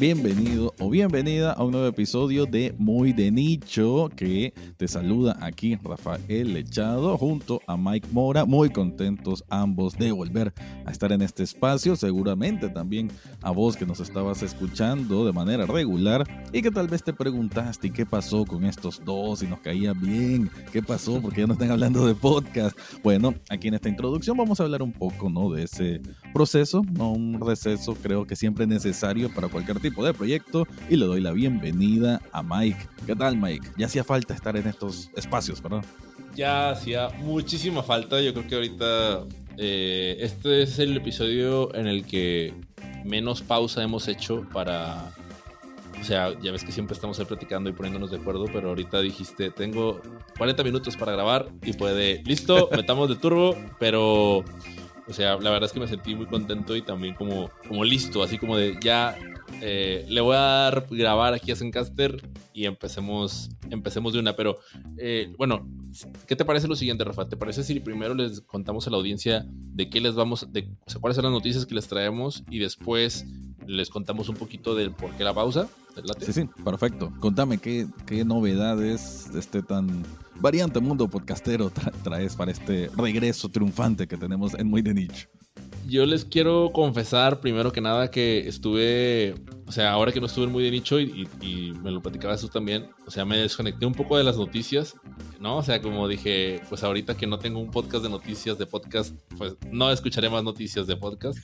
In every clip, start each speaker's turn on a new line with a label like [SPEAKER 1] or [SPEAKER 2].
[SPEAKER 1] bienvenido o bienvenida a un nuevo episodio de Muy de Nicho, que te saluda aquí Rafael Lechado junto a Mike Mora, muy contentos ambos de volver a estar en este espacio, seguramente también a vos que nos estabas escuchando de manera regular y que tal vez te preguntaste qué pasó con estos dos, si nos caía bien, qué pasó, porque ya no están hablando de podcast. Bueno, aquí en esta introducción vamos a hablar un poco, ¿no?, de ese proceso, no un receso, creo que siempre necesario para cualquier tipo de proyecto, y le doy la bienvenida a Mike. ¿Qué tal, Mike? Ya hacía falta estar en estos espacios, ¿verdad?
[SPEAKER 2] Ya hacía muchísima falta. Yo creo que ahorita este es el episodio en el que menos pausa hemos hecho para... O sea, ya ves que siempre estamos ahí platicando y poniéndonos de acuerdo, pero ahorita dijiste, tengo 40 minutos para grabar y listo, metamos de turbo, pero... O sea, la verdad es que me sentí muy contento y también como listo, así como de ya le voy a dar grabar aquí a Zencaster y empecemos de una. Pero bueno, ¿qué te parece lo siguiente, Rafa? ¿Te parece si primero les contamos a la audiencia de qué les vamos, o sea, cuáles son las noticias que les traemos y después les contamos un poquito del por qué la pausa?
[SPEAKER 1] Sí, perfecto. Contame qué novedades de este tan variante mundo podcastero traes para este regreso triunfante que tenemos en Muy de Nicho.
[SPEAKER 2] Yo les quiero confesar primero que nada que estuve, o sea, ahora que no estuve en Muy de Nicho y me lo platicabas tú también, o sea, me desconecté un poco de las noticias, ¿no? O sea, como dije, pues ahorita que no tengo un podcast de noticias de podcast, pues no escucharé más noticias de podcast.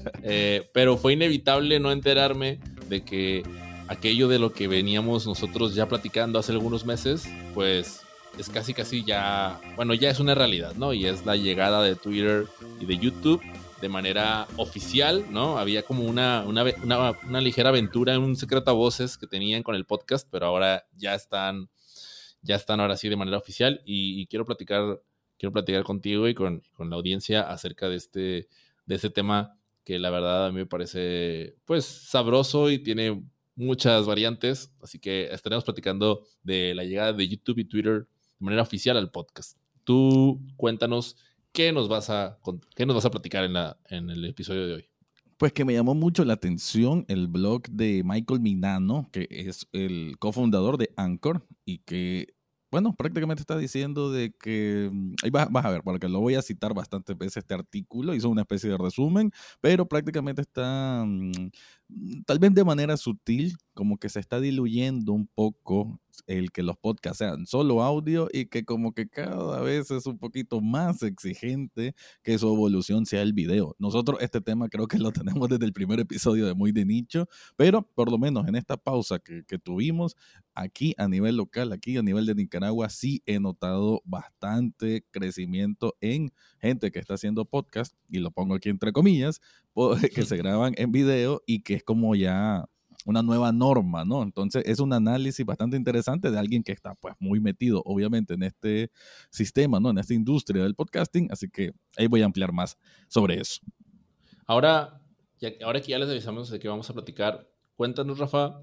[SPEAKER 2] Pero fue inevitable no enterarme de que aquello de lo que veníamos nosotros ya platicando hace algunos meses, pues es casi ya, bueno, ya es una realidad, ¿no? Y es la llegada de Twitter y de YouTube de manera oficial, ¿no? Había como una ligera aventura, un secreto a voces que tenían con el podcast, pero ahora ya están ahora sí de manera oficial y quiero platicar contigo y con la audiencia acerca de este tema que la verdad a mí me parece pues sabroso y tiene muchas variantes, así que estaremos platicando de la llegada de YouTube y Twitter de manera oficial al podcast. Tú cuéntanos qué nos vas a platicar en el episodio de hoy.
[SPEAKER 1] Pues que me llamó mucho la atención el blog de Michael Minano, que es el cofundador de Anchor y que, bueno, prácticamente está diciendo de que, ahí vas a ver, porque lo voy a citar bastantes veces este artículo, hizo una especie de resumen, pero prácticamente está, tal vez de manera sutil, como que se está diluyendo un poco el que los podcasts sean solo audio y que como que cada vez es un poquito más exigente que su evolución sea el video. Nosotros este tema creo que lo tenemos desde el primer episodio de Muy de Nicho, pero por lo menos en esta pausa que tuvimos aquí a nivel local, aquí a nivel de Nicaragua, sí he notado bastante crecimiento en gente que está haciendo podcast, y lo pongo aquí entre comillas, que se graban en video y que es como ya una nueva norma, ¿no? Entonces es un análisis bastante interesante de alguien que está pues muy metido obviamente en este sistema, ¿no? En esta industria del podcasting, así que ahí voy a ampliar más sobre eso.
[SPEAKER 2] Ahora que ya les avisamos de que vamos a platicar, cuéntanos, Rafa,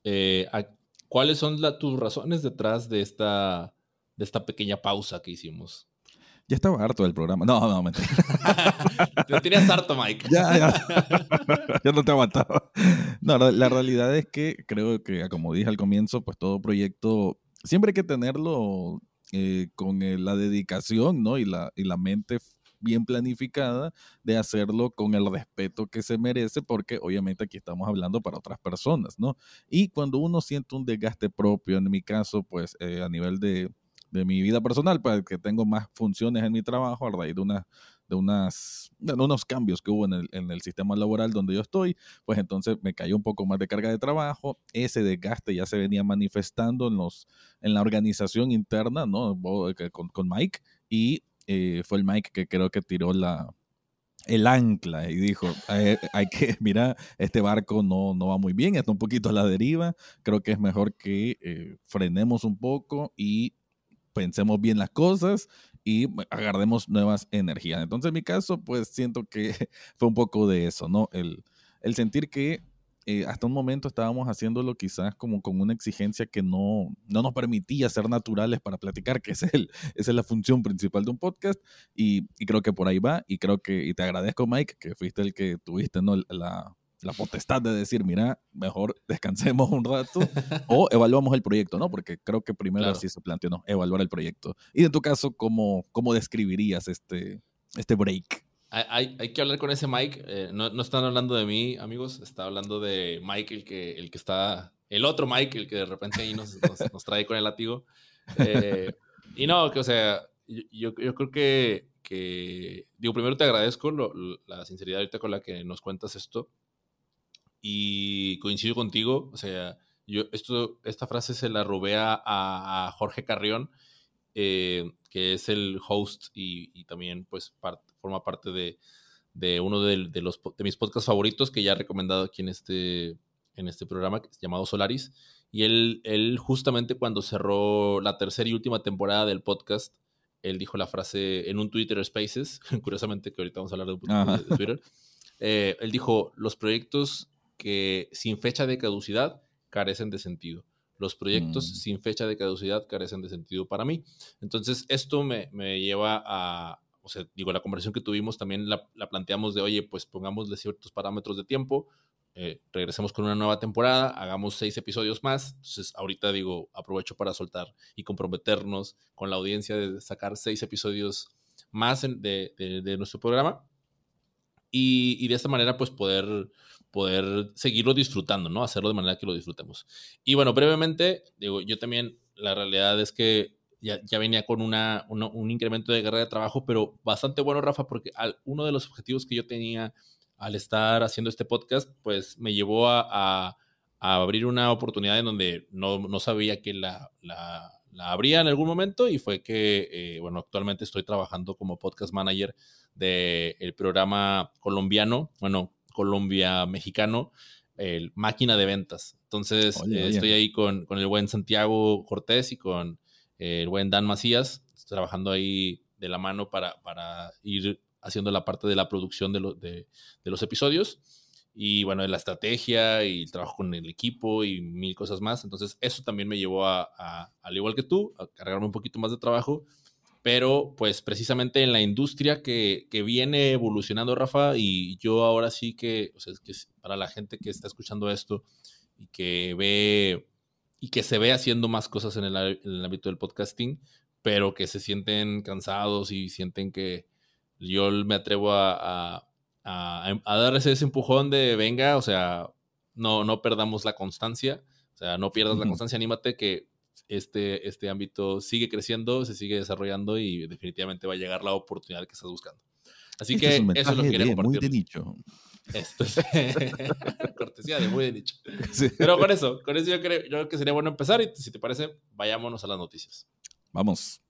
[SPEAKER 2] ¿cuáles son tus razones detrás de esta pequeña pausa que hicimos?
[SPEAKER 1] Ya estaba harto del programa. No, mentira.
[SPEAKER 2] Te tenías harto, Mike.
[SPEAKER 1] Ya. Ya no te aguantaba. No, la realidad es que creo que, como dije al comienzo, pues todo proyecto siempre hay que tenerlo con la dedicación, ¿no? Y la mente bien planificada de hacerlo con el respeto que se merece, porque obviamente aquí estamos hablando para otras personas, ¿no? Y cuando uno siente un desgaste propio, en mi caso, pues a nivel de mi vida personal, pues que tengo más funciones en mi trabajo a raíz de unos cambios que hubo en el sistema laboral donde yo estoy, pues entonces me cayó un poco más de carga de trabajo. Ese desgaste ya se venía manifestando en la organización interna, ¿no? Con Mike, y fue el Mike que creo que tiró el ancla y dijo, mira, este barco no va muy bien, está un poquito a la deriva, creo que es mejor que frenemos un poco y pensemos bien las cosas y agarremos nuevas energías. Entonces, en mi caso, pues siento que fue un poco de eso, ¿no? El sentir que hasta un momento estábamos haciéndolo quizás como con una exigencia que no nos permitía ser naturales para platicar, que esa es la función principal de un podcast, y creo que por ahí va, y te agradezco, Mike, que fuiste el que tuviste, ¿no?, la potestad de decir, mira, mejor descansemos un rato o evaluamos el proyecto, ¿no? Porque creo que primero
[SPEAKER 2] Claro.
[SPEAKER 1] así se planteó, ¿no? Evaluar el proyecto. Y en tu caso, ¿cómo describirías este break?
[SPEAKER 2] Hay que hablar con ese Mike. No están hablando de mí, amigos. Está hablando de Mike, el que está. El otro Mike, el que de repente ahí nos trae con el látigo. Y no, que o sea, yo creo que. Digo, primero te agradezco la sinceridad ahorita con la que nos cuentas esto. Y coincido contigo. O sea, esta frase se la robé a Jorge Carrión, que es el host y también pues forma parte de uno de mis podcasts favoritos que ya he recomendado aquí en este programa, que es llamado Solaris. Y él justamente cuando cerró la tercera y última temporada del podcast, él dijo la frase en un Twitter Spaces, curiosamente que ahorita vamos a hablar de Twitter, él dijo, los proyectos que sin fecha de caducidad carecen de sentido. Los proyectos sin fecha de caducidad carecen de sentido para mí. Entonces, esto me lleva a, o sea, digo, la conversación que tuvimos también la planteamos de, oye, pues pongámosle ciertos parámetros de tiempo, regresemos con una nueva temporada, hagamos 6 episodios más. Entonces, ahorita digo, aprovecho para soltar y comprometernos con la audiencia de sacar 6 episodios más de nuestro programa. Y de esta manera, pues, poder seguirlo disfrutando, ¿no? Hacerlo de manera que lo disfrutemos. Y bueno, brevemente, digo, yo también, la realidad es que ya venía con un incremento de carga de trabajo, pero bastante bueno, Rafa, porque uno de los objetivos que yo tenía al estar haciendo este podcast, pues me llevó a abrir una oportunidad en donde no sabía que la abría en algún momento, y fue que, bueno, actualmente estoy trabajando como podcast manager del programa colombiano, bueno, Colombia mexicano, el Máquina de Ventas. Entonces,
[SPEAKER 1] Oye.
[SPEAKER 2] estoy ahí con el buen Santiago Cortés y con el buen Dan Macías, trabajando ahí de la mano para ir haciendo la parte de la producción de los episodios. Y bueno, de la estrategia y el trabajo con el equipo y mil cosas más. Entonces, eso también me llevó al igual que tú, a cargarme un poquito más de trabajo. Pero pues precisamente en la industria que viene evolucionando, Rafa, y yo ahora sí que, o sea, es que para la gente que está escuchando esto y que se ve haciendo más cosas en el ámbito del podcasting, pero que se sienten cansados y sienten que yo me atrevo a darles ese empujón de venga, o sea, no perdamos la constancia, o sea, no pierdas la constancia, anímate que este ámbito sigue creciendo, se sigue desarrollando y definitivamente va a llegar la oportunidad que estás buscando. Así que
[SPEAKER 1] es un
[SPEAKER 2] eso es lo que quería compartir.
[SPEAKER 1] Muy de nicho.
[SPEAKER 2] Esto es cortesía de muy de nicho.
[SPEAKER 1] Sí.
[SPEAKER 2] Pero con eso yo creo que sería bueno empezar, y si te parece, vayámonos a las noticias.
[SPEAKER 1] Vamos.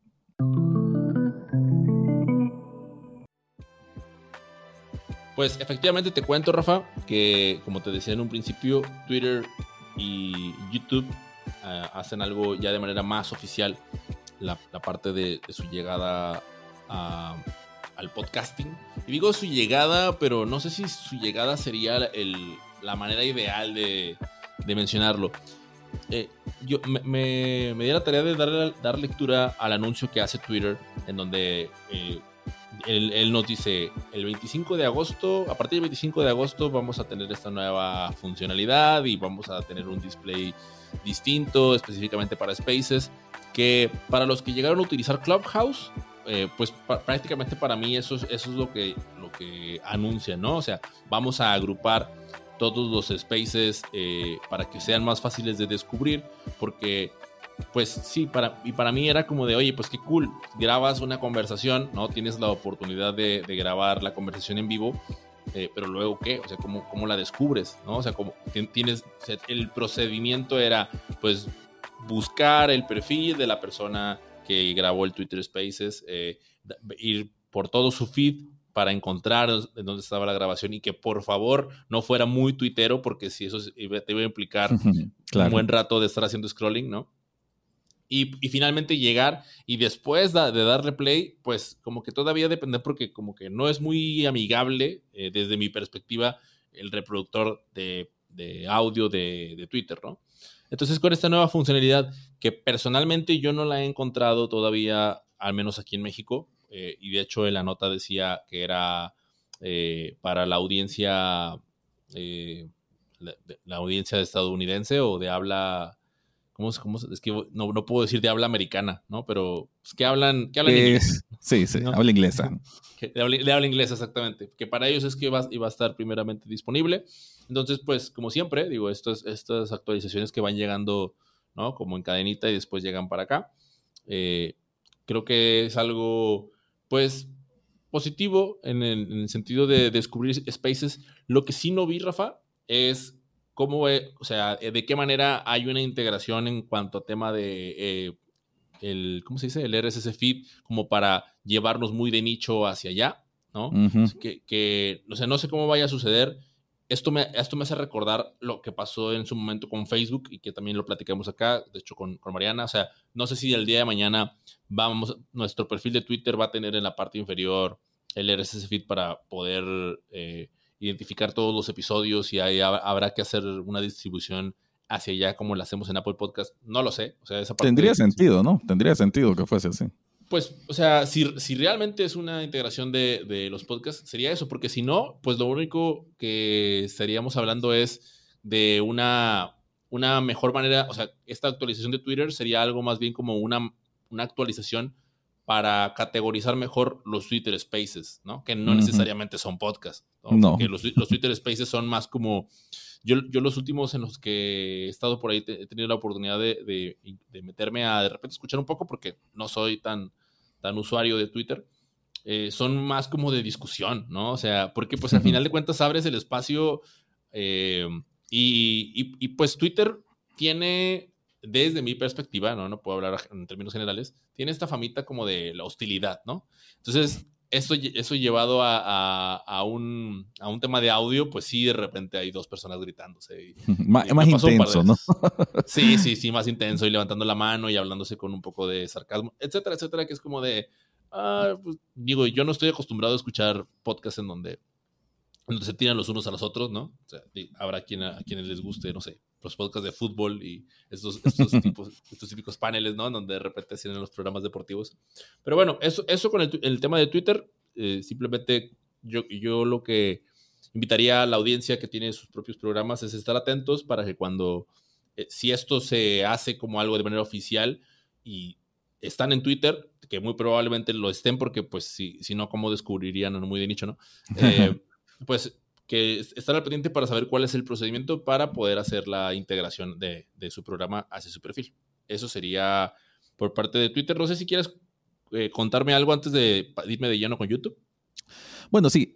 [SPEAKER 2] Pues efectivamente te cuento, Rafa, que como te decía en un principio, Twitter y YouTube hacen algo ya de manera más oficial, la parte de su llegada al podcasting. Y digo su llegada, pero no sé si su llegada sería la manera ideal de mencionarlo. Yo me di la tarea de dar lectura al anuncio que hace Twitter, en donde él nos dice, el 25 de agosto, a partir del 25 de agosto vamos a tener esta nueva funcionalidad y vamos a tener un display distinto específicamente para Spaces, que para los que llegaron a utilizar Clubhouse, pues prácticamente para mí eso es lo que anuncia, ¿no? O sea, vamos a agrupar todos los Spaces para que sean más fáciles de descubrir, porque pues sí, para mí era como de, oye, pues qué cool, grabas una conversación, ¿no? Tienes la oportunidad de grabar la conversación en vivo, pero luego, ¿qué? O sea, ¿cómo la descubres, no? O sea, como tienes, o sea, el procedimiento era, pues, buscar el perfil de la persona que grabó el Twitter Spaces, ir por todo su feed para encontrar en dónde estaba la grabación, y que por favor no fuera muy tuitero, porque si eso te iba a implicar claro, un buen rato de estar haciendo scrolling, ¿no? Y finalmente llegar, y después de darle play, pues como que todavía depende, porque como que no es muy amigable desde mi perspectiva el reproductor de audio de Twitter, ¿no? Entonces, con esta nueva funcionalidad, que personalmente yo no la he encontrado todavía, al menos aquí en México, y de hecho en la nota decía que era para la audiencia la audiencia estadounidense o de habla, es que no puedo decir de habla americana, ¿no? Pero pues, que hablan inglés.
[SPEAKER 1] Sí,
[SPEAKER 2] ¿no?
[SPEAKER 1] habla inglesa.
[SPEAKER 2] De habla inglesa, exactamente. Que para ellos es que iba a estar primeramente disponible. Entonces, pues, como siempre, digo, estas actualizaciones que van llegando, ¿no? Como en cadenita y después llegan para acá. Creo que es algo, pues, positivo en el sentido de descubrir spaces. Lo que sí no vi, Rafa, es cómo, o sea, de qué manera hay una integración en cuanto a tema de ¿cómo se dice? El RSS feed, como para llevarnos muy de nicho hacia allá, ¿no?
[SPEAKER 1] Uh-huh.
[SPEAKER 2] O sea, no sé cómo vaya a suceder. Esto me hace recordar lo que pasó en su momento con Facebook y que también lo platicamos acá, de hecho con Mariana. O sea, no sé si el día de mañana nuestro perfil de Twitter va a tener en la parte inferior el RSS feed para poder identificar todos los episodios y ahí habrá que hacer una distribución hacia allá como lo hacemos en Apple Podcast. No lo sé. O sea, esa parte
[SPEAKER 1] Tendría sentido, ¿no? Tendría sentido que fuese así.
[SPEAKER 2] Pues, o sea, si realmente es una integración de los podcasts, sería eso, porque si no, pues lo único que estaríamos hablando es de una mejor manera, o sea, esta actualización de Twitter sería algo más bien como una actualización para categorizar mejor los Twitter Spaces, ¿no? Que no necesariamente son podcasts, ¿no?
[SPEAKER 1] No.
[SPEAKER 2] Porque los Twitter Spaces son más como... Yo los últimos en los que he estado por ahí he tenido la oportunidad de meterme a de repente escuchar un poco porque no soy tan usuario de Twitter, son más como de discusión, ¿no? O sea, porque pues al final de cuentas abres el espacio y pues Twitter tiene, desde mi perspectiva, no puedo hablar en términos generales, tiene esta famita como de la hostilidad, ¿no? Entonces, eso llevado a un tema de audio, pues sí, de repente hay dos personas gritándose.
[SPEAKER 1] Más intenso, ¿no?
[SPEAKER 2] Sí, más intenso y levantando la mano y hablándose con un poco de sarcasmo, etcétera, etcétera, que es como de, pues, digo, yo no estoy acostumbrado a escuchar podcasts en donde se tiran los unos a los otros, ¿no? O sea, habrá a quienes les guste, no sé, los podcasts de fútbol y estos típicos paneles, ¿no? En donde de repente hacen los programas deportivos. Pero bueno, eso con el tema de Twitter, simplemente yo lo que invitaría a la audiencia que tiene sus propios programas es estar atentos para que cuando, si esto se hace como algo de manera oficial y están en Twitter, que muy probablemente lo estén porque pues si no, ¿cómo descubrirían en muy de nicho, no? Pues que estar al pendiente para saber cuál es el procedimiento para poder hacer la integración de su programa hacia su perfil. Eso sería por parte de Twitter. No sé si quieres contarme algo antes de irme de lleno con YouTube.
[SPEAKER 1] Bueno, sí.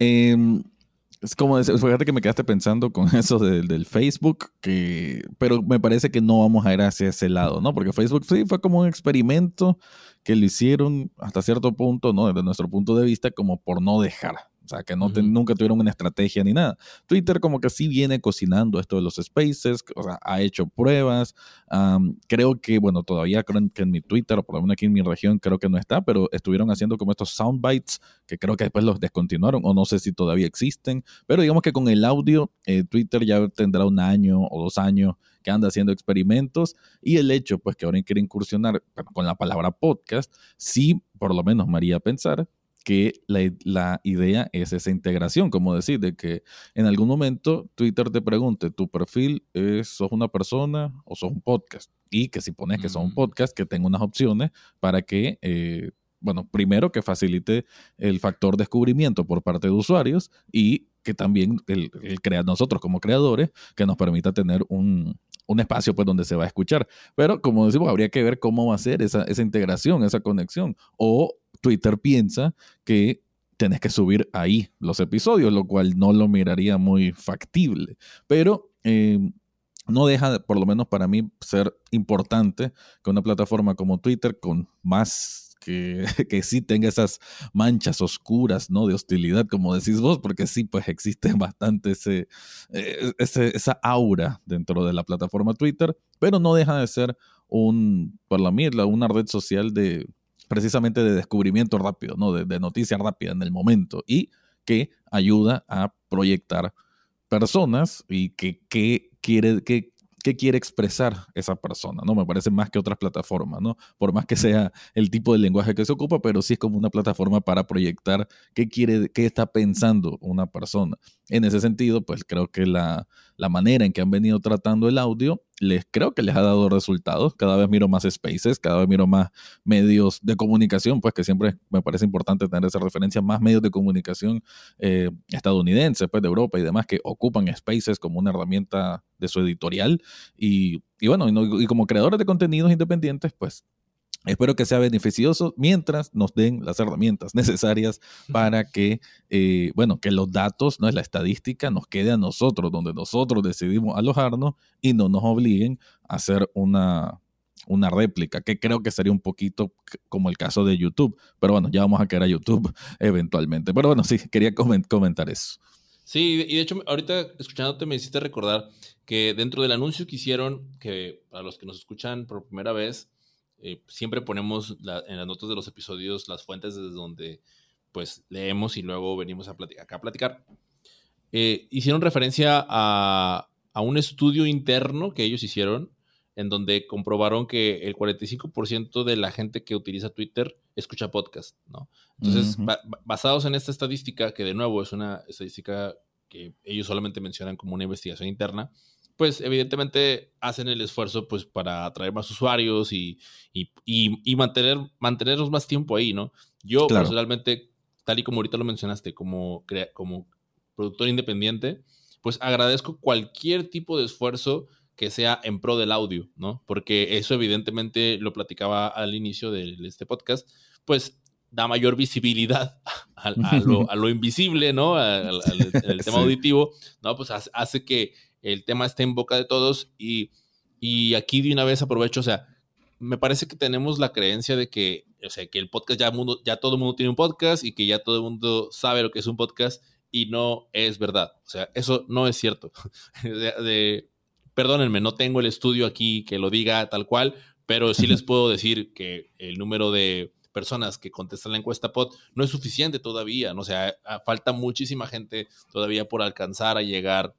[SPEAKER 1] Es como, fíjate que me quedaste pensando con eso del Facebook, pero me parece que no vamos a ir hacia ese lado, ¿no? Porque Facebook sí fue como un experimento que lo hicieron hasta cierto punto, ¿no? Desde nuestro punto de vista, como por no dejar. O sea, que nunca tuvieron una estrategia ni nada. Twitter como que sí viene cocinando esto de los spaces, o sea, ha hecho pruebas. Creo que, bueno, todavía creo que en mi Twitter, o por lo menos aquí en mi región, creo que no está, pero estuvieron haciendo como estos soundbites, que creo que después los descontinuaron, o no sé si todavía existen. Pero digamos que con el audio, Twitter ya tendrá 1 año o 2 años que anda haciendo experimentos, y el hecho, pues, que ahora quiere incursionar con la palabra podcast, sí, por lo menos me haría pensar que la idea es esa integración, como decir, de que en algún momento Twitter te pregunte, ¿tu perfil sos una persona o sos un podcast? Y que si pones que sos un podcast, que tenga unas opciones para que, bueno, primero que facilite el factor descubrimiento por parte de usuarios y que también nosotros como creadores, que nos permita tener un espacio pues donde se va a escuchar. Pero como decimos, habría que ver cómo va a ser esa integración, esa conexión. O Twitter piensa que tenés que subir ahí los episodios, lo cual no lo miraría muy factible. Pero no deja, por lo menos para mí, ser importante que una plataforma como Twitter, con más que sí tenga esas manchas oscuras, ¿no? De hostilidad, como decís vos, porque sí, pues existe bastante esa aura dentro de la plataforma Twitter, pero no deja de ser para mí, una red social precisamente de descubrimiento rápido, ¿no? De noticia rápida en el momento, y que ayuda a proyectar personas y que qué quiere expresar esa persona, ¿no? Me parece más que otras plataformas, ¿no? Por más que sea el tipo de lenguaje que se ocupa, pero sí es como una plataforma para proyectar qué está pensando una persona. En ese sentido, pues creo que la manera en que han venido tratando el audio, creo que les ha dado resultados. Cada vez miro más spaces, cada vez miro más medios de comunicación, pues que siempre me parece importante tener esa referencia, más medios de comunicación estadounidenses, pues de Europa y demás, que ocupan spaces como una herramienta de su editorial. Y bueno, y como creadores de contenidos independientes, pues espero que sea beneficioso mientras nos den las herramientas necesarias para que, bueno, que los datos, no es la estadística, nos quede a nosotros, donde nosotros decidimos alojarnos y no nos obliguen a hacer una réplica, que creo que sería un poquito como el caso de YouTube. Pero bueno, ya vamos a caer a YouTube eventualmente. Pero bueno, sí, quería comentar eso.
[SPEAKER 2] Sí, y de hecho, ahorita escuchándote me hiciste recordar que dentro del anuncio que hicieron, que para los que nos escuchan por primera vez, siempre ponemos en las notas de los episodios las fuentes desde donde pues leemos y luego venimos acá a platicar. Hicieron referencia a un estudio interno que ellos hicieron en donde comprobaron que el 45% de la gente que utiliza Twitter escucha podcast, ¿no? Entonces, basados en esta estadística, que de nuevo es una estadística que ellos solamente mencionan como una investigación interna, pues evidentemente hacen el esfuerzo pues para atraer más usuarios y mantenerlos más tiempo ahí, ¿no? Yo
[SPEAKER 1] Claro.
[SPEAKER 2] Personalmente, tal y como ahorita lo mencionaste, como productor independiente, pues agradezco cualquier tipo de esfuerzo que sea en pro del audio, ¿no? Porque eso evidentemente lo platicaba al inicio de este podcast, pues da mayor visibilidad a lo invisible, ¿no? El tema auditivo, ¿no? Pues hace que el tema esté en boca de todos y aquí de una vez aprovecho, o sea, me parece que tenemos la creencia de que, o sea, que el podcast ya todo el mundo tiene un podcast y que ya todo el mundo sabe lo que es un podcast y no es verdad. O sea, eso no es cierto. Perdónenme, no tengo el estudio aquí que lo diga tal cual, pero sí les puedo decir que el número de personas que contestan la encuesta pod no es suficiente todavía, ¿no? O sea, falta muchísima gente todavía por alcanzar a llegar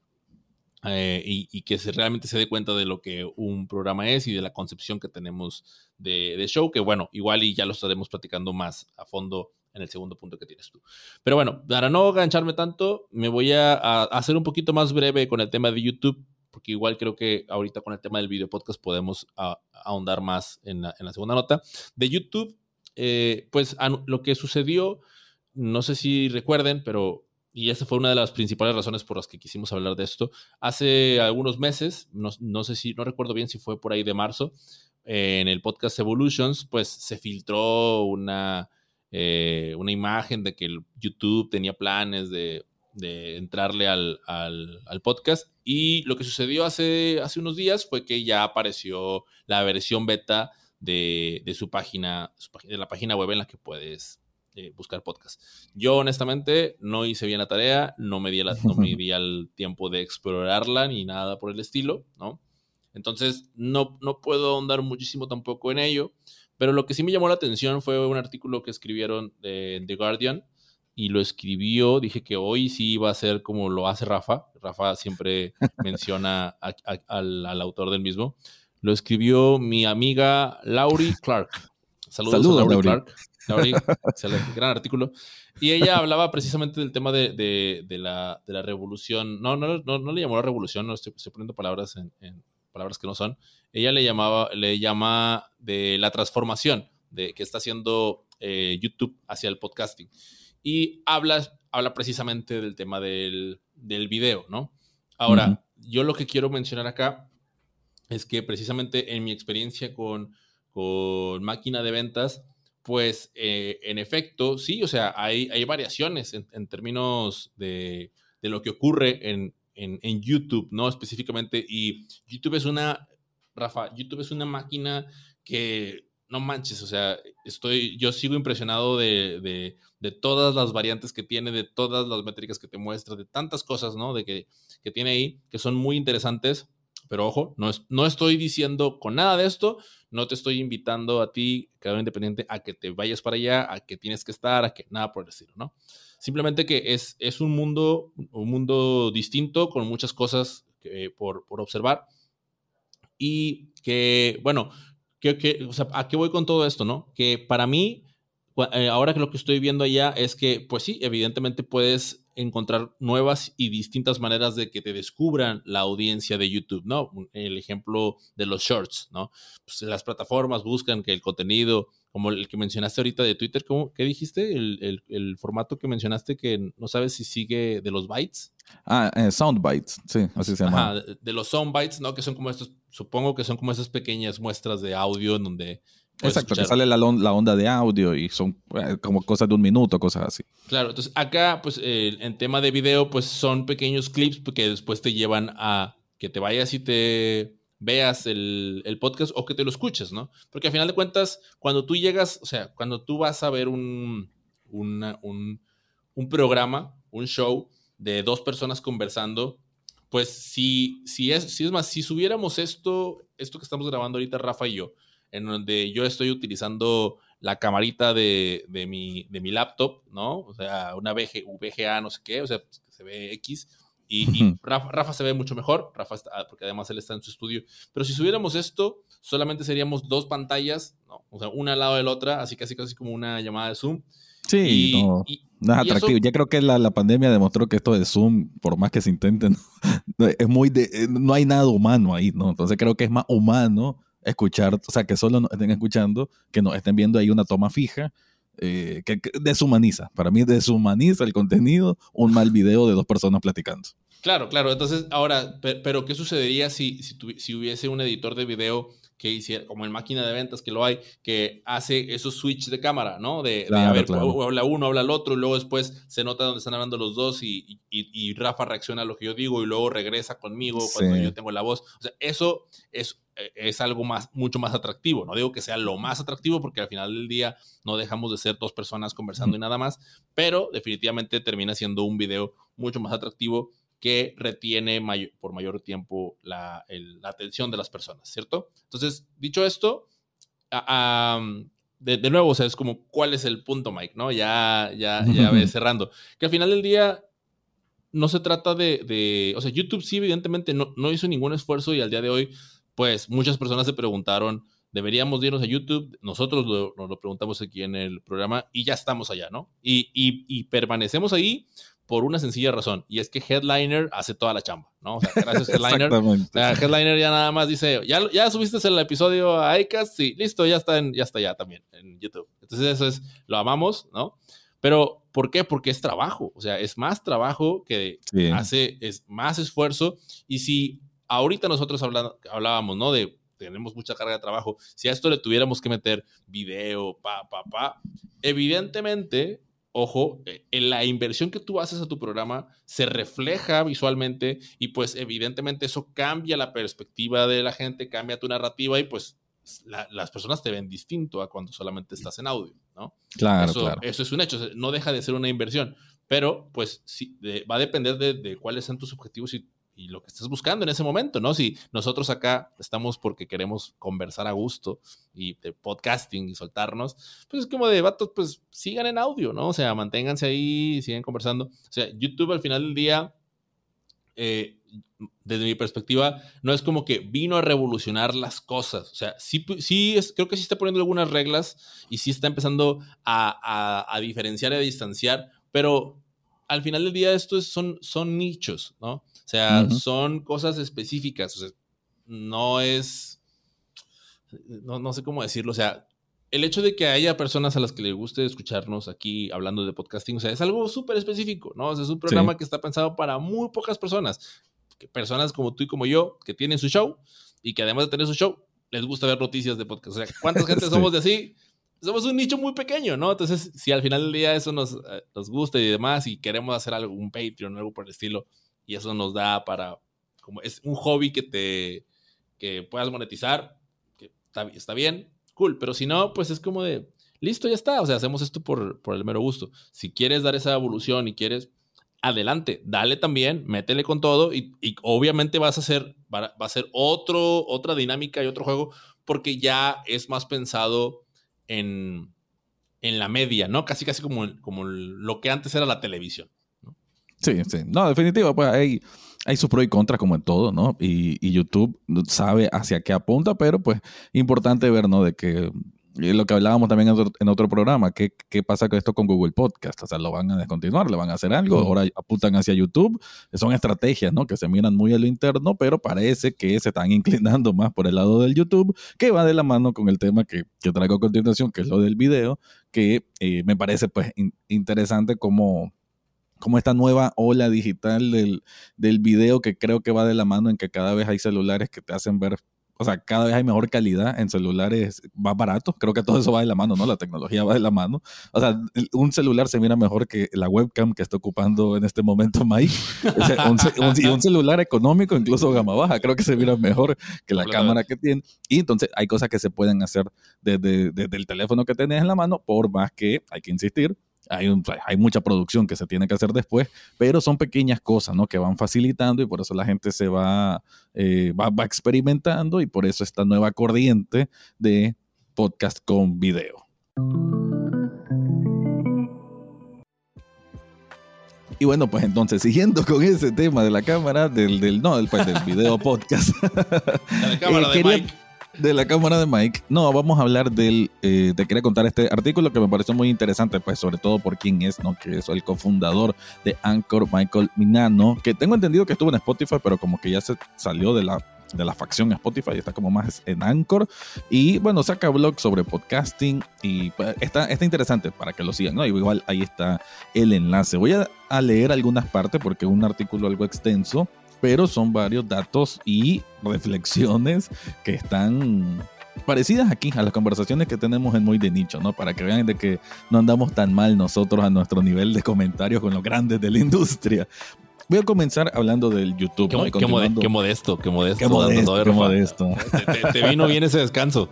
[SPEAKER 2] y que realmente se dé cuenta de lo que un programa es y de la concepción que tenemos de show, que bueno, igual y ya lo estaremos platicando más a fondo en el segundo punto que tienes tú. Pero bueno, para no gancharme tanto, me voy a hacer un poquito más breve con el tema de YouTube, porque igual creo que ahorita con el tema del video podcast podemos ahondar más en la segunda nota. De YouTube, pues lo que sucedió, no sé si recuerden, pero y esa fue una de las principales razones por las que quisimos hablar de esto. Hace algunos meses, no sé si, no recuerdo bien si fue por ahí de marzo, en el podcast Evolutions, pues se filtró una imagen de que el YouTube tenía planes de entrarle al podcast. Y lo que sucedió hace unos días fue que ya apareció la versión beta de su página, de la página web en la que puedes buscar podcast. Yo honestamente no hice bien la tarea, no me di el tiempo de explorarla ni nada por el estilo, ¿no? Entonces no puedo ahondar muchísimo tampoco en ello, pero lo que sí me llamó la atención fue un artículo que escribieron en The Guardian y lo escribió, dije que hoy sí iba a ser como lo hace Rafa. Rafa siempre menciona al autor del mismo. Lo escribió mi amiga Laurie Clark. Saludos a Laurie Clark. Laurie, excelente, gran artículo. Y ella hablaba precisamente del tema de la revolución. No le llamó la revolución, no estoy poniendo palabras en palabras que no son. Ella le llama de la transformación que está haciendo YouTube hacia el podcasting. Y habla precisamente del tema del video, ¿no? Ahora, yo lo que quiero mencionar acá es que precisamente en mi experiencia con máquina de ventas, pues en efecto, sí, o sea, hay variaciones en términos de lo que ocurre en YouTube, ¿no? Específicamente, y YouTube es una máquina que, no manches, o sea, yo sigo impresionado de todas las variantes que tiene, de todas las métricas que te muestra, de tantas cosas, ¿no? De que tiene ahí, que son muy interesantes. Pero ojo, no estoy diciendo con nada de esto, no te estoy invitando a ti, creador independiente, a que te vayas para allá, a que tienes que estar, a que nada por el estilo, ¿no? Simplemente que es un mundo distinto, con muchas cosas por observar. y que, bueno, o sea, ¿a qué voy con todo esto, no? Que para mí, ahora que lo que estoy viendo allá es que, pues sí, evidentemente puedes encontrar nuevas y distintas maneras de que te descubran la audiencia de YouTube, ¿no? El ejemplo de los shorts, ¿no? Pues las plataformas buscan que el contenido, como el que mencionaste ahorita de Twitter, ¿qué dijiste? El formato que mencionaste que no sabes si sigue de los bytes.
[SPEAKER 1] Soundbites, sí, así se llama.
[SPEAKER 2] Ajá, de los soundbites, ¿no? Que son como estos, supongo que son como esas pequeñas muestras de audio en donde puedes
[SPEAKER 1] Exacto, que
[SPEAKER 2] escuchar.
[SPEAKER 1] sale la onda de audio y son como cosas de un minuto, cosas así.
[SPEAKER 2] Claro, entonces acá, pues en tema de video, pues son pequeños clips que después te llevan a que te vayas y te veas el podcast o que te lo escuches, ¿no? Porque al final de cuentas, cuando tú llegas, o sea, cuando tú vas a ver un programa, un show de dos personas conversando, pues si es más, si subiéramos esto que estamos grabando ahorita, Rafa y yo, en donde yo estoy utilizando la camarita de mi laptop, ¿no? O sea, una VGA, no sé qué, o sea, se ve X. Y Rafa se ve mucho mejor, porque además él está en su estudio. Pero si subiéramos esto, solamente seríamos dos pantallas, ¿no? O sea, una al lado de la otra, así casi como una llamada de Zoom.
[SPEAKER 1] Sí, no es atractivo. Ya creo que la pandemia demostró que esto de Zoom, por más que se intenten, es no hay nada humano ahí, ¿no? Entonces creo que es más humano escuchar, o sea, que solo nos estén escuchando, que nos estén viendo ahí una toma fija, que deshumaniza. Para mí deshumaniza el contenido un mal video de dos personas platicando.
[SPEAKER 2] Claro. Entonces, ahora, pero ¿qué sucedería si hubiese un editor de video que hiciera, como en máquina de ventas que lo hay, que hace esos switch de cámara, ¿no?
[SPEAKER 1] Claro,
[SPEAKER 2] a ver,
[SPEAKER 1] claro.
[SPEAKER 2] habla uno, habla el otro, y luego después se nota donde están hablando los dos y Rafa reacciona a lo que yo digo y luego regresa conmigo cuando yo tengo la voz. O sea, eso es algo mucho más atractivo. No digo que sea lo más atractivo porque al final del día no dejamos de ser dos personas conversando y nada más, pero definitivamente termina siendo un video mucho más atractivo que retiene por mayor tiempo la atención de las personas, ¿cierto? Entonces, dicho esto, de nuevo, o sea, es como, ¿cuál es el punto, Mike? ¿No? Ya ves cerrando. Que al final del día no se trata o sea, YouTube sí, evidentemente, no hizo ningún esfuerzo y al día de hoy, pues, muchas personas se preguntaron, ¿deberíamos irnos a YouTube? Nosotros nos lo preguntamos aquí en el programa y ya estamos allá, ¿no? Y permanecemos ahí por una sencilla razón, y es que Headliner hace toda la chamba, ¿no? O sea, gracias Headliner. Headliner ya nada más dice, ya subiste el episodio a iCast, sí, listo, ya está ya también en YouTube. Entonces eso lo amamos, ¿no? Pero, ¿por qué? Porque es trabajo, o sea, es más trabajo que es más esfuerzo, y si ahorita nosotros hablábamos, ¿no? Tenemos mucha carga de trabajo, si a esto le tuviéramos que meter video, evidentemente, ojo, en la inversión que tú haces a tu programa se refleja visualmente y pues evidentemente eso cambia la perspectiva de la gente, cambia tu narrativa y pues las personas te ven distinto a cuando solamente estás en audio, ¿no?
[SPEAKER 1] Claro.
[SPEAKER 2] Eso es un hecho, no deja de ser una inversión, pero pues sí, va a depender de cuáles sean tus objetivos y lo que estés buscando en ese momento, ¿no? Si nosotros acá estamos porque queremos conversar a gusto y de podcasting y soltarnos, pues es como de vatos, pues sigan en audio, ¿no? O sea, manténganse ahí, sigan conversando. O sea, YouTube al final del día, desde mi perspectiva, no es como que vino a revolucionar las cosas. O sea, creo que sí está poniendo algunas reglas y sí está empezando a diferenciar y a distanciar, pero al final del día esto son nichos, ¿no? O sea, son cosas específicas. O sea, no es... No sé cómo decirlo. O sea, el hecho de que haya personas a las que les guste escucharnos aquí hablando de podcasting, o sea, es algo súper específico, ¿no? O sea, es un programa que está pensado para muy pocas personas. Personas como tú y como yo, que tienen su show y que además de tener su show, les gusta ver noticias de podcast. O sea, ¿cuánta gente somos de así? Somos un nicho muy pequeño, ¿no? Entonces, si al final del día eso nos gusta y demás y queremos hacer algo, un Patreon o algo por el estilo, y eso nos da para, como es un hobby que puedas monetizar, que está bien, cool, pero si no, pues es como de, listo, ya está, o sea, hacemos esto por el mero gusto. Si quieres dar esa evolución y quieres, adelante, dale también, métele con todo y obviamente va a ser otra dinámica y otro juego porque ya es más pensado en la media, ¿no? Casi como lo que antes era la televisión, ¿no?
[SPEAKER 1] Sí. No, definitivo, pues hay sus pros y contras como en todo, ¿no? Y YouTube sabe hacia qué apunta, pero pues importante ver, ¿no? De que lo que hablábamos también en otro programa, ¿qué pasa con esto con Google Podcast? O sea, lo van a descontinuar, le van a hacer algo, ahora apuntan hacia YouTube, son estrategias, ¿no? Que se miran muy a lo interno, pero parece que se están inclinando más por el lado del YouTube, que va de la mano con el tema que traigo a continuación, que es lo del video, que me parece pues interesante como esta nueva ola digital del video, que creo que va de la mano en que cada vez hay celulares que te hacen ver, o sea, cada vez hay mejor calidad en celulares más baratos. Creo que todo eso va de la mano, ¿no? La tecnología va de la mano. O sea, un celular se mira mejor que la webcam que está ocupando en este momento Mike. Y un celular económico, incluso gama baja, creo que se mira mejor que la cámara que tiene. Y entonces hay cosas que se pueden hacer desde el teléfono que tenés en la mano, por más que hay que insistir. Hay mucha producción que se tiene que hacer después, pero son pequeñas cosas, ¿no? Que van facilitando, y por eso la gente se va experimentando, y por eso esta nueva corriente de podcast con video. Y bueno, pues entonces, siguiendo con ese tema de la cámara, del video podcast.
[SPEAKER 2] De la cámara de Mike.
[SPEAKER 1] De la cámara de Mike. No, vamos a hablar te quería contar este artículo que me pareció muy interesante, pues sobre todo por quién es, ¿no? Que es el cofundador de Anchor, Michael Minano, que tengo entendido que estuvo en Spotify, pero como que ya se salió de la facción Spotify y está como más en Anchor. Y bueno, saca blogs sobre podcasting y pues, está interesante para que lo sigan, ¿no? Igual ahí está el enlace. Voy a leer algunas partes porque es un artículo algo extenso, pero son varios datos y reflexiones que están parecidas aquí a las conversaciones que tenemos en Muy de Nicho, ¿no? Para que vean de que no andamos tan mal nosotros a nuestro nivel de comentarios con los grandes de la industria. Voy a comenzar hablando del YouTube.
[SPEAKER 2] Qué modesto.
[SPEAKER 1] Qué modesto.
[SPEAKER 2] Te vino bien ese descanso.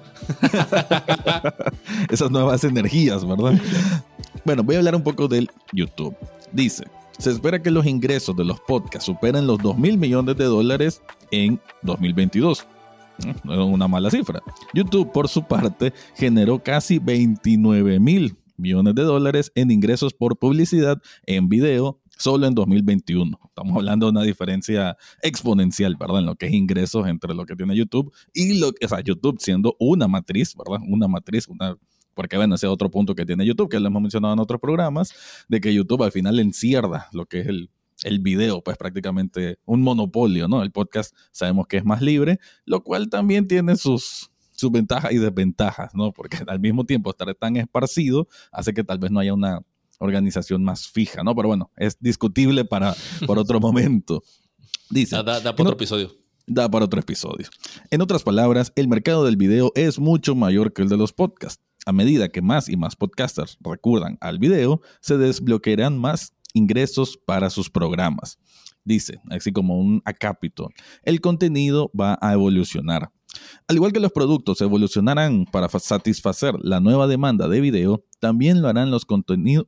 [SPEAKER 1] Esas nuevas energías, ¿verdad? Bueno, voy a hablar un poco del YouTube. Dice: se espera que los ingresos de los podcasts superen los $2,000 millones en 2022. No es una mala cifra. YouTube, por su parte, generó casi $29,000 millones en ingresos por publicidad en video solo en 2021. Estamos hablando de una diferencia exponencial, ¿verdad? En lo que es ingresos entre lo que tiene YouTube y YouTube siendo una matriz, ¿verdad? Porque bueno, ese es otro punto que tiene YouTube, que lo hemos mencionado en otros programas, de que YouTube al final encierra lo que es el video, pues prácticamente un monopolio, ¿no? El podcast sabemos que es más libre, lo cual también tiene sus ventajas y desventajas, ¿no? Porque al mismo tiempo estar tan esparcido hace que tal vez no haya una organización más fija, ¿no? Pero bueno, es discutible por otro momento. Dice,
[SPEAKER 2] da para otro episodio.
[SPEAKER 1] Da para otro episodio. En otras palabras, el mercado del video es mucho mayor que el de los podcasts. A medida que más y más podcasters recurran al video, se desbloquearán más ingresos para sus programas. Dice, así como un acápito, el contenido va a evolucionar. Al igual que los productos evolucionarán para satisfacer la nueva demanda de video, también lo harán los contenidos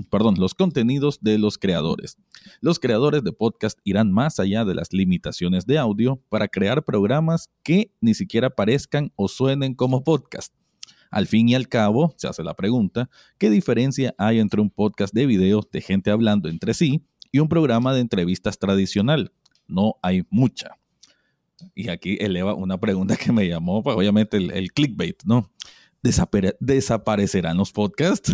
[SPEAKER 1] de los creadores. Los creadores de podcast irán más allá de las limitaciones de audio para crear programas que ni siquiera parezcan o suenen como podcast. Al fin y al cabo, se hace la pregunta, ¿qué diferencia hay entre un podcast de video de gente hablando entre sí y un programa de entrevistas tradicional? No hay mucha. Y aquí eleva una pregunta que me llamó, pues obviamente el clickbait, ¿no? ¿Desaparecerán los podcasts?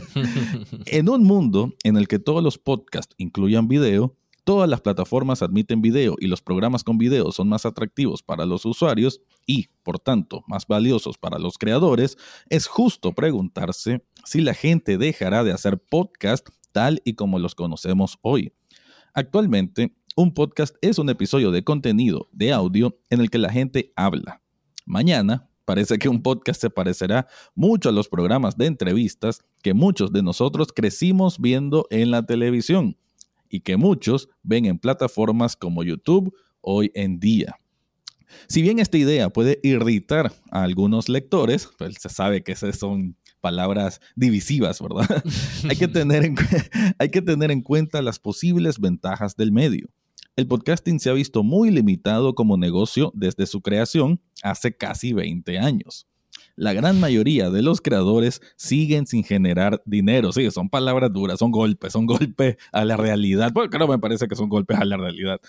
[SPEAKER 1] En un mundo en el que todos los podcasts incluyan video, todas las plataformas admiten video y los programas con video son más atractivos para los usuarios y, por tanto, más valiosos para los creadores, es justo preguntarse si la gente dejará de hacer podcast tal y como los conocemos hoy. Actualmente, un podcast es un episodio de contenido de audio en el que la gente habla. Mañana, parece que un podcast se parecerá mucho a los programas de entrevistas que muchos de nosotros crecimos viendo en la televisión y que muchos ven en plataformas como YouTube hoy en día. Si bien esta idea puede irritar a algunos lectores, pues se sabe que esas son palabras divisivas, ¿verdad? Hay que tener en cuenta las posibles ventajas del medio. El podcasting se ha visto muy limitado como negocio desde su creación hace casi 20 años. La gran mayoría de los creadores siguen sin generar dinero. Sí, son palabras duras, son golpes a la realidad. Bueno, claro, me parece que son golpes a la realidad.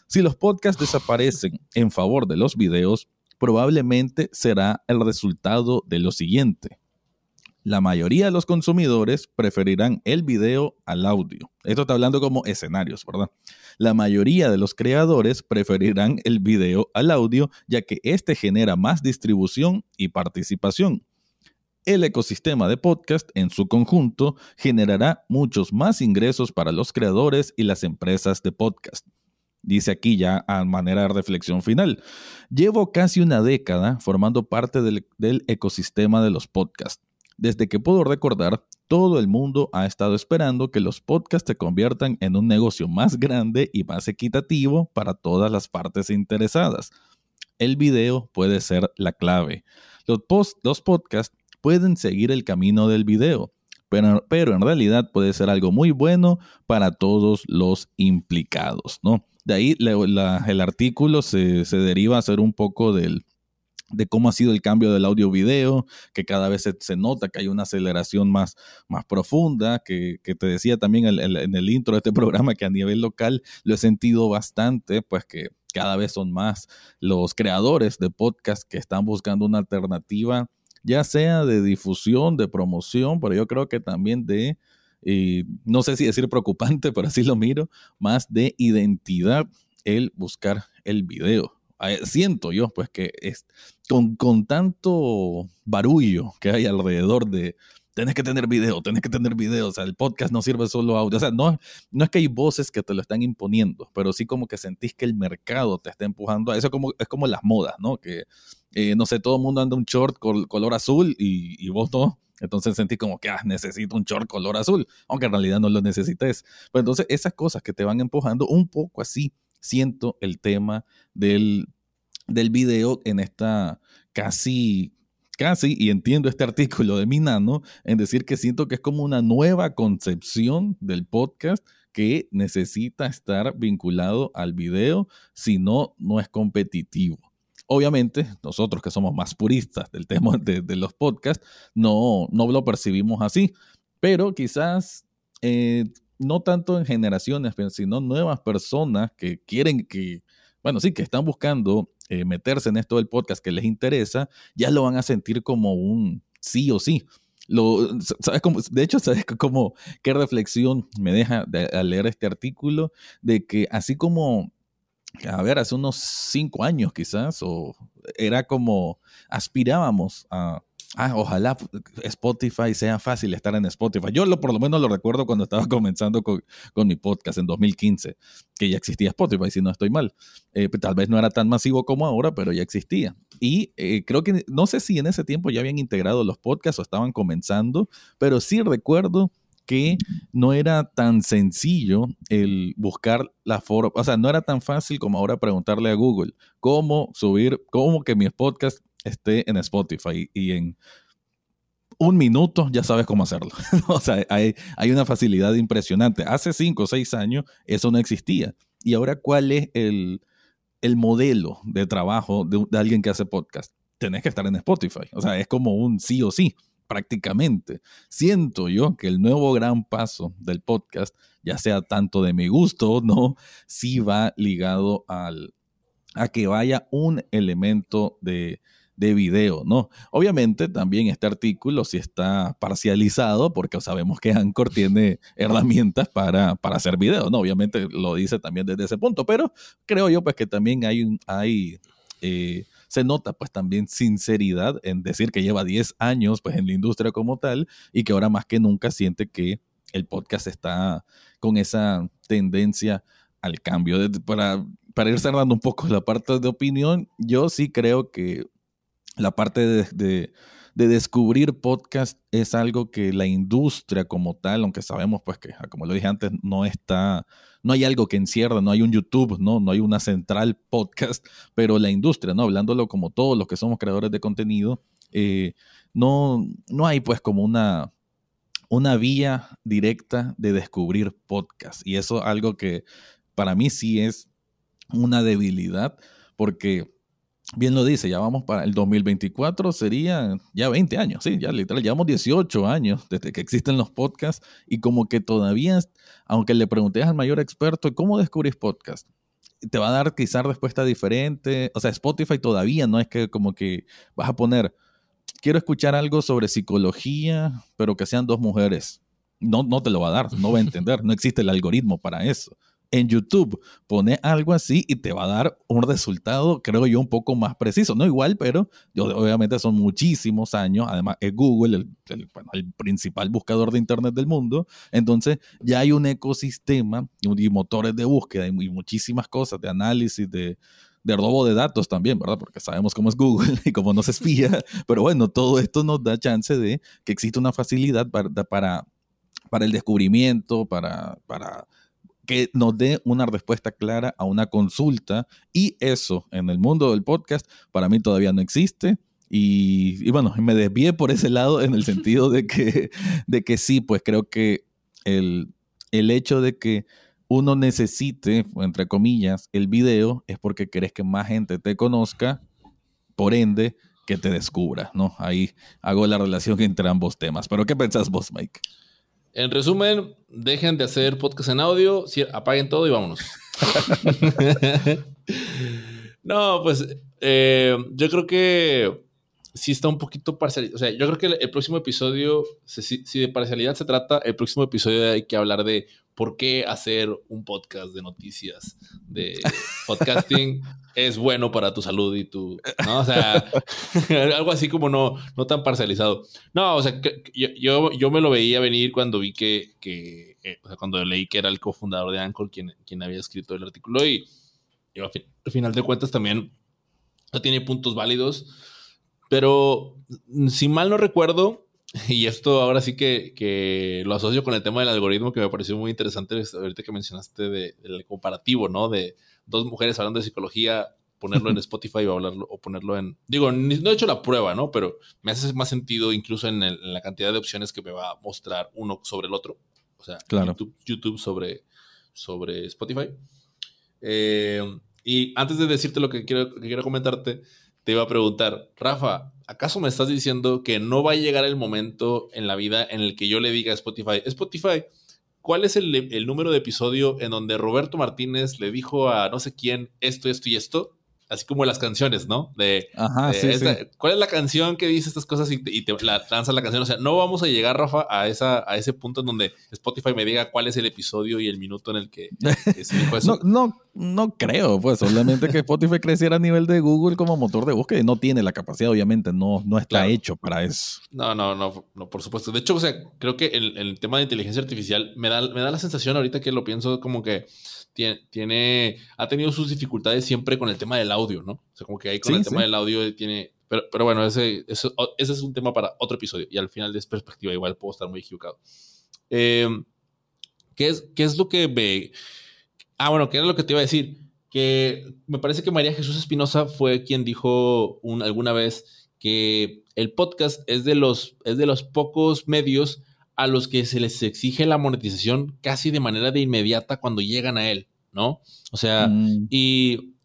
[SPEAKER 1] Si los podcasts desaparecen en favor de los videos, probablemente será el resultado de lo siguiente. La mayoría de los consumidores preferirán el video al audio. Esto está hablando como escenarios, ¿verdad? La mayoría de los creadores preferirán el video al audio, ya que este genera más distribución y participación. El ecosistema de podcast en su conjunto generará muchos más ingresos para los creadores y las empresas de podcast. Dice aquí ya a manera de reflexión final. Llevo casi una década formando parte del ecosistema de los podcasts. Desde que puedo recordar, todo el mundo ha estado esperando que los podcasts se conviertan en un negocio más grande y más equitativo para todas las partes interesadas. El video puede ser la clave. Los podcasts pueden seguir el camino del video, pero en realidad puede ser algo muy bueno para todos los implicados, ¿no? De ahí el artículo se deriva a ser un poco de cómo ha sido el cambio del audio-video, que cada vez se nota que hay una aceleración más profunda, que te decía también en el intro de este programa que a nivel local lo he sentido bastante, pues que cada vez son más los creadores de podcast que están buscando una alternativa, ya sea de difusión, de promoción, pero yo creo que también no sé si decir preocupante, pero así lo miro, más de identidad el buscar el video. Siento yo, pues, que con tanto barullo que hay alrededor de tenés que tener video, o sea, el podcast no sirve solo audio, o sea, no es que hay voces que te lo están imponiendo, pero sí como que sentís que el mercado te está empujando a eso, es como las modas, ¿no? Que, no sé, todo el mundo anda un short color azul y vos no. Entonces sentí como que necesito un short color azul, aunque en realidad no lo necesites. Pero entonces esas cosas que te van empujando un poco así, siento el tema del video en esta casi, y entiendo este artículo de Minano, en decir que siento que es como una nueva concepción del podcast que necesita estar vinculado al video, si no, no es competitivo. Obviamente, nosotros que somos más puristas del tema de los podcasts, no lo percibimos así, pero quizás no tanto en generaciones, sino nuevas personas que quieren que están buscando meterse en esto del podcast que les interesa, ya lo van a sentir como un sí o sí. ¿Sabes cómo? De hecho, ¿sabes cómo, qué reflexión me deja al leer este artículo? De que así como, a ver, hace unos 5 años quizás, o era como aspirábamos a ojalá Spotify sea fácil estar en Spotify. Yo por lo menos lo recuerdo cuando estaba comenzando con mi podcast en 2015, que ya existía Spotify, si no estoy mal. Tal vez no era tan masivo como ahora, pero ya existía. Y creo que, no sé si en ese tiempo ya habían integrado los podcasts o estaban comenzando, pero sí recuerdo que no era tan sencillo el buscar la forma, o sea, no era tan fácil como ahora preguntarle a Google cómo que mi podcast esté en Spotify, y en un minuto ya sabes cómo hacerlo. O sea, hay una facilidad impresionante. Hace 5 o 6 años eso no existía. Y ahora, ¿cuál es el modelo de trabajo de alguien que hace podcast? Tenés que estar en Spotify. O sea, es como un sí o sí, prácticamente. Siento yo que el nuevo gran paso del podcast, ya sea tanto de mi gusto o no, sí va ligado a que vaya un elemento de video, ¿no? Obviamente también este artículo sí está parcializado porque sabemos que Anchor tiene herramientas para hacer video, ¿no? Obviamente lo dice también desde ese punto, pero creo yo pues que también se nota pues también sinceridad en decir que lleva 10 años pues en la industria como tal y que ahora más que nunca siente que el podcast está con esa tendencia al cambio. Para ir cerrando un poco la parte de opinión, yo sí creo que la parte de descubrir podcast es algo que la industria como tal, aunque sabemos pues que, como lo dije antes, no hay algo que encierra, no hay un YouTube, no hay una central podcast, pero la industria, ¿no? Hablándolo como todos los que somos creadores de contenido, no hay pues como una vía directa de descubrir podcast. Y eso es algo que para mí sí es una debilidad, porque bien lo dice, ya vamos para el 2024, sería ya 20 años, sí, ya literal, llevamos 18 años desde que existen los podcasts y como que todavía, aunque le preguntes al mayor experto, ¿cómo descubrís podcast? te va a dar quizás respuesta diferente. O sea, Spotify todavía no es que como que vas a poner, quiero escuchar algo sobre psicología, pero que sean dos mujeres. No te lo va a dar, no va a entender, no existe el algoritmo para eso. En YouTube pone algo así y te va a dar un resultado, creo yo, un poco más preciso. No igual, pero obviamente son muchísimos años. Además, es Google el principal buscador de Internet del mundo. Entonces, ya hay un ecosistema y motores de búsqueda y muchísimas cosas de análisis, de robo de datos también, ¿verdad? Porque sabemos cómo es Google y cómo nos espía. Pero bueno, todo esto nos da chance de que existe una facilidad para el descubrimiento, para que nos dé una respuesta clara a una consulta, y eso en el mundo del podcast para mí todavía no existe. Y bueno, me desvié por ese lado en el sentido de que sí, pues creo que el hecho de que uno necesite, entre comillas, el video es porque querés que más gente te conozca, por ende, que te descubra, ¿no? Ahí hago la relación entre ambos temas. ¿Pero qué pensás vos, Mike?
[SPEAKER 2] En resumen, dejen de hacer podcast en audio, apaguen todo y vámonos. No, pues yo creo que sí está un poquito parcial. O sea, yo creo que el próximo episodio, si de parcialidad se trata, el próximo episodio hay que hablar de por qué hacer un podcast de noticias, de podcasting es bueno para tu salud y tu, ¿no? O sea, algo así como no tan parcializado. No, o sea, yo me lo veía venir cuando vi o sea, cuando leí que era el cofundador de Anchor quien había escrito el artículo y al final de cuentas también no tiene puntos válidos, pero si mal no recuerdo, y esto ahora sí que lo asocio con el tema del algoritmo, que me pareció muy interesante ahorita que mencionaste del comparativo, ¿no? De dos mujeres hablando de psicología, ponerlo en Spotify o ponerlo en... Digo, no he hecho la prueba, ¿no? Pero me hace más sentido incluso en la cantidad de opciones que me va a mostrar uno sobre el otro. O sea, claro. YouTube sobre Spotify. Y antes de decirte lo que quiero comentarte, te iba a preguntar, Rafa, ¿acaso me estás diciendo que no va a llegar el momento en la vida en el que yo le diga a Spotify, ¿cuál es el número de episodio en donde Roberto Martínez le dijo a no sé quién esto y esto? Así como las canciones, ¿no?
[SPEAKER 1] Sí.
[SPEAKER 2] ¿Cuál es la canción que dice estas cosas y te lanza la canción? O sea, no vamos a llegar, Rafa, a ese punto en donde Spotify me diga cuál es el episodio y el minuto en el que se dijo eso.
[SPEAKER 1] No creo, pues, solamente que Spotify creciera a nivel de Google como motor de búsqueda y no tiene la capacidad, obviamente, no está hecho para eso.
[SPEAKER 2] No, por supuesto. De hecho, o sea, creo que el tema de inteligencia artificial me da la sensación ahorita que lo pienso como que ha tenido sus dificultades siempre con el tema del audio, ¿no? O sea, como que ahí con el tema del audio tiene... Pero bueno, ese es un tema para otro episodio y al final de esa perspectiva igual puedo estar muy equivocado. ¿Qué es lo que ve? Bueno, ¿qué era lo que te iba a decir? Que me parece que María Jesús Espinosa fue quien dijo alguna vez que el podcast es de los pocos medios a los que se les exige la monetización casi de manera de inmediata cuando llegan a él, ¿no? O sea, y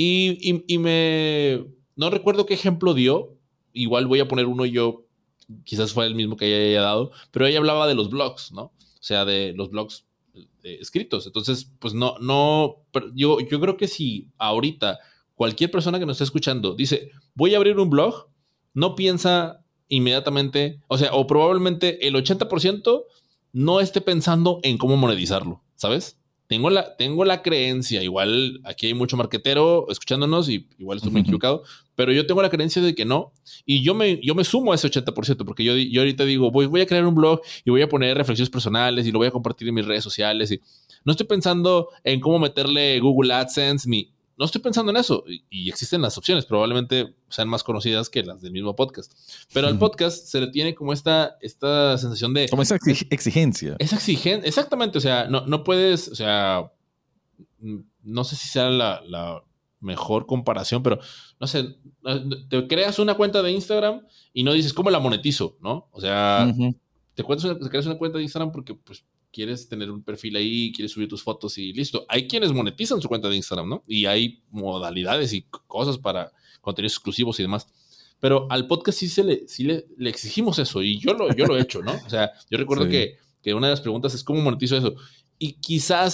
[SPEAKER 2] no recuerdo qué ejemplo dio, igual voy a poner uno yo, quizás fue el mismo que ella haya dado, pero ella hablaba de los blogs, ¿no? O sea, de los blogs escritos. Entonces, pues yo creo que si ahorita cualquier persona que nos esté escuchando dice, voy a abrir un blog, no piensa inmediatamente, o sea, o probablemente el 80% no esté pensando en cómo monetizarlo, ¿sabes? Tengo la creencia, igual aquí hay mucho marquetero escuchándonos y igual estoy muy equivocado, pero yo tengo la creencia de que no, y yo me sumo a ese 80%, porque yo ahorita digo, voy a crear un blog y voy a poner reflexiones personales y lo voy a compartir en mis redes sociales y no estoy pensando en cómo meterle Google AdSense no estoy pensando en eso. Y existen las opciones, probablemente sean más conocidas que las del mismo podcast. Pero al podcast se le tiene como esta sensación de...
[SPEAKER 1] Como esa exigencia.
[SPEAKER 2] Esa exigencia, exactamente. O sea, no puedes... O sea, no sé si sea la mejor comparación, pero no sé, te creas una cuenta de Instagram y no dices, ¿cómo la monetizo? ¿No? O sea, te creas una cuenta de Instagram porque, pues, quieres tener un perfil ahí, quieres subir tus fotos y listo. Hay quienes monetizan su cuenta de Instagram, ¿no? Y hay modalidades y cosas para contenidos exclusivos y demás. Pero al podcast sí le exigimos eso y yo lo he hecho, ¿no? O sea, yo recuerdo que una de las preguntas es ¿cómo monetizo eso? Y quizás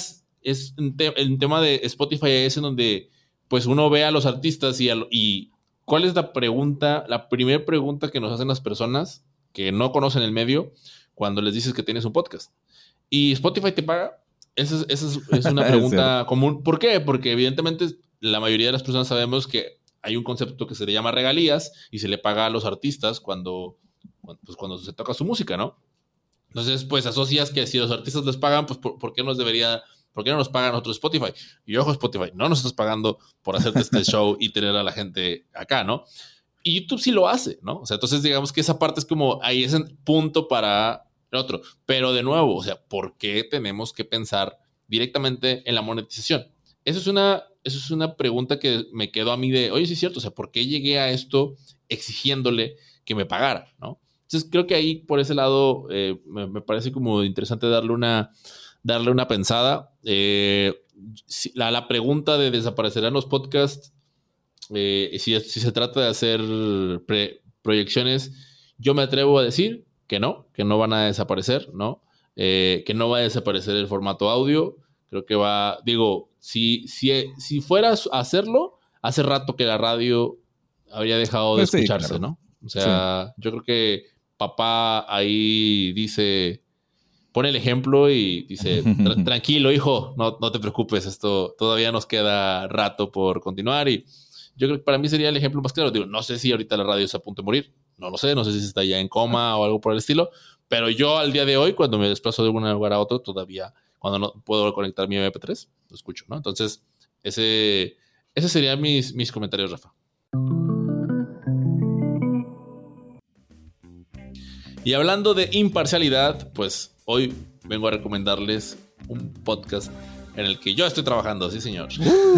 [SPEAKER 2] es el tema de Spotify es en donde pues uno ve a los artistas y ¿cuál es la primera pregunta que nos hacen las personas que no conocen el medio cuando les dices que tienes un podcast? ¿Y Spotify te paga? Esa es una pregunta común. ¿Por qué? Porque evidentemente la mayoría de las personas sabemos que hay un concepto que se le llama regalías y se le paga a los artistas cuando se toca su música, ¿no? Entonces, pues asocias que si los artistas les pagan, pues ¿por qué no nos pagan nosotros Spotify? Y ojo, Spotify, no nos estás pagando por hacerte este show y tener a la gente acá, ¿no? Y YouTube sí lo hace, ¿no? O sea, entonces digamos que esa parte es como, ahí es el punto para el otro. Pero de nuevo, o sea, ¿por qué tenemos que pensar directamente en la monetización? Eso es una pregunta que me quedó a mí de, oye, sí es cierto, o sea, ¿por qué llegué a esto exigiéndole que me pagara, ¿no? Entonces creo que ahí por ese lado me parece como interesante darle una pensada. La pregunta de ¿desaparecerán los podcasts? Si se trata de hacer proyecciones, yo me atrevo a decir que no van a desaparecer, ¿no? Que no va a desaparecer el formato audio. Creo que si fuera a hacerlo, hace rato que la radio habría dejado de escucharse, claro, ¿no? O sea, yo creo que papá ahí pone el ejemplo y dice, tranquilo, hijo, no te preocupes, esto todavía nos queda rato por continuar. Y yo creo que para mí sería el ejemplo más claro. Digo, no sé si ahorita la radio está a punto de morir, no lo sé, no sé si está ya en coma o algo por el estilo, pero yo al día de hoy, cuando me desplazo de un lugar a otro, todavía, cuando no puedo conectar mi MP3, lo escucho, ¿no? Entonces, ese serían mis comentarios, Rafa. Y hablando de imparcialidad, pues hoy vengo a recomendarles un podcast en el que yo estoy trabajando, sí, señor.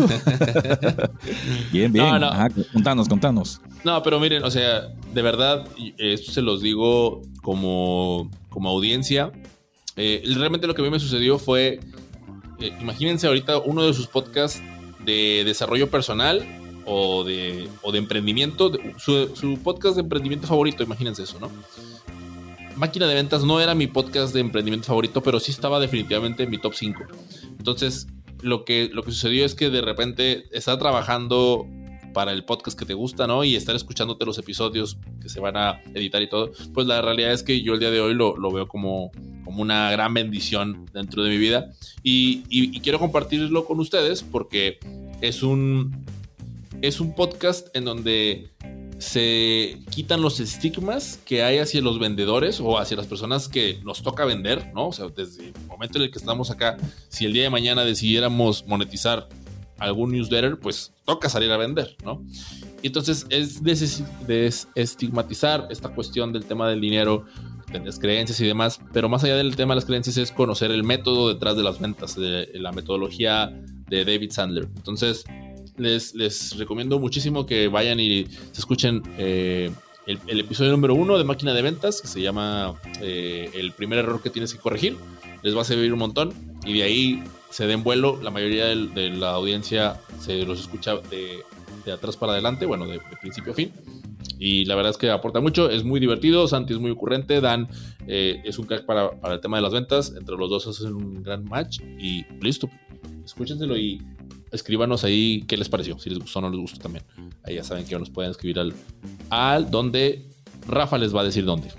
[SPEAKER 1] Bien. No. Ajá, contanos.
[SPEAKER 2] No, pero miren, o sea, de verdad, esto se los digo como audiencia. Realmente lo que a mí me sucedió fue, imagínense ahorita uno de sus podcasts de desarrollo personal o de emprendimiento, su podcast de emprendimiento favorito, imagínense eso, ¿no? Máquina de Ventas no era mi podcast de emprendimiento favorito, pero sí estaba definitivamente en mi top 5. Entonces, lo que sucedió es que de repente estar trabajando para el podcast que te gusta, ¿no? Y estar escuchándote los episodios que se van a editar y todo, pues la realidad es que yo el día de hoy lo veo como una gran bendición dentro de mi vida. Y quiero compartirlo con ustedes porque es un podcast en donde se quitan los estigmas que hay hacia los vendedores o hacia las personas que nos toca vender, ¿no? O sea, desde el momento en el que estamos acá, si el día de mañana decidiéramos monetizar algún newsletter, pues toca salir a vender, ¿no? Y entonces es desestigmatizar esta cuestión del tema del dinero, de las creencias y demás, pero más allá del tema de las creencias es conocer el método detrás de las ventas, de la metodología de David Sandler. Entonces les recomiendo muchísimo que vayan y se escuchen el episodio número 1 de Máquina de Ventas, que se llama el primer error que tienes que corregir. Les va a servir un montón y de ahí se den vuelo. La mayoría de la audiencia se los escucha de atrás para adelante, bueno, de principio a fin. Y la verdad es que aporta mucho, es muy divertido. Santi es muy ocurrente, Dan es un crack para el tema de las ventas. Entre los dos hacen un gran match y listo. Escúchenselo y escríbanos ahí qué les pareció, si les gustó o no les gustó también. Ahí ya saben que nos pueden escribir al donde Rafa les va a decir dónde.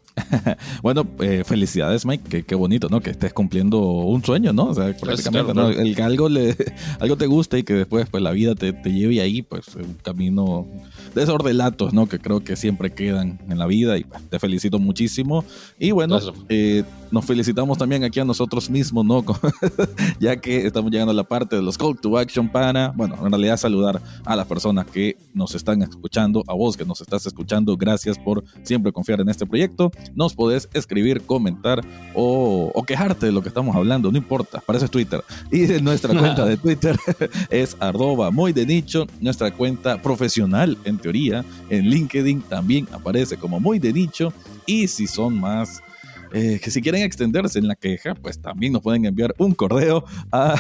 [SPEAKER 1] Bueno, felicidades, Mike, qué bonito, ¿no? Que estés cumpliendo un sueño, ¿no? O sea, prácticamente, claro. ¿No? El que algo te guste y que después pues la vida te lleve ahí, pues un camino de esos relatos, ¿no? Que creo que siempre quedan en la vida y pues, te felicito muchísimo. Y bueno, nos felicitamos también aquí a nosotros mismos, ¿no? Ya que estamos llegando a la parte de los call to action para, bueno, en realidad saludar a las personas que nos están escuchando, a vos que nos estás escuchando, gracias por siempre confiar en este proyecto. Nos podés escribir, comentar o quejarte de lo que estamos hablando, no importa, para eso es Twitter. Y nuestra cuenta de Twitter es @muydenicho, nuestra cuenta profesional, en teoría, en LinkedIn también aparece como Muy de Nicho. Y si son más que si quieren extenderse en la queja, pues también nos pueden enviar un correo a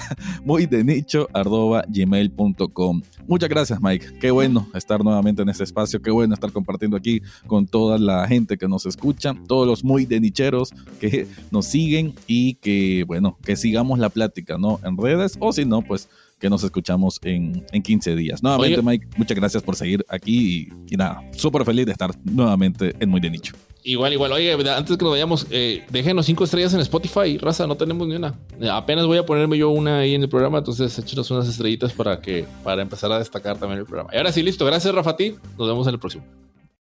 [SPEAKER 1] muydenicho@gmail.com. Muchas gracias, Mike. Qué bueno estar nuevamente en este espacio, qué bueno estar compartiendo aquí con toda la gente que nos escucha, todos los muy de nicheros que nos siguen y que, bueno, que sigamos la plática, ¿no? En redes, o si no, pues que nos escuchamos en 15 días. Nuevamente, oye, Mike, muchas gracias por seguir aquí y nada, súper feliz de estar nuevamente en Muy de Nicho.
[SPEAKER 2] Igual. Oye, antes que nos vayamos, déjenos 5 estrellas en Spotify, raza, no tenemos ni una. Apenas voy a ponerme yo una ahí en el programa, entonces échenos unas estrellitas para empezar a destacar también el programa. Y ahora sí, listo. Gracias, Rafa, a ti. Nos vemos en el próximo.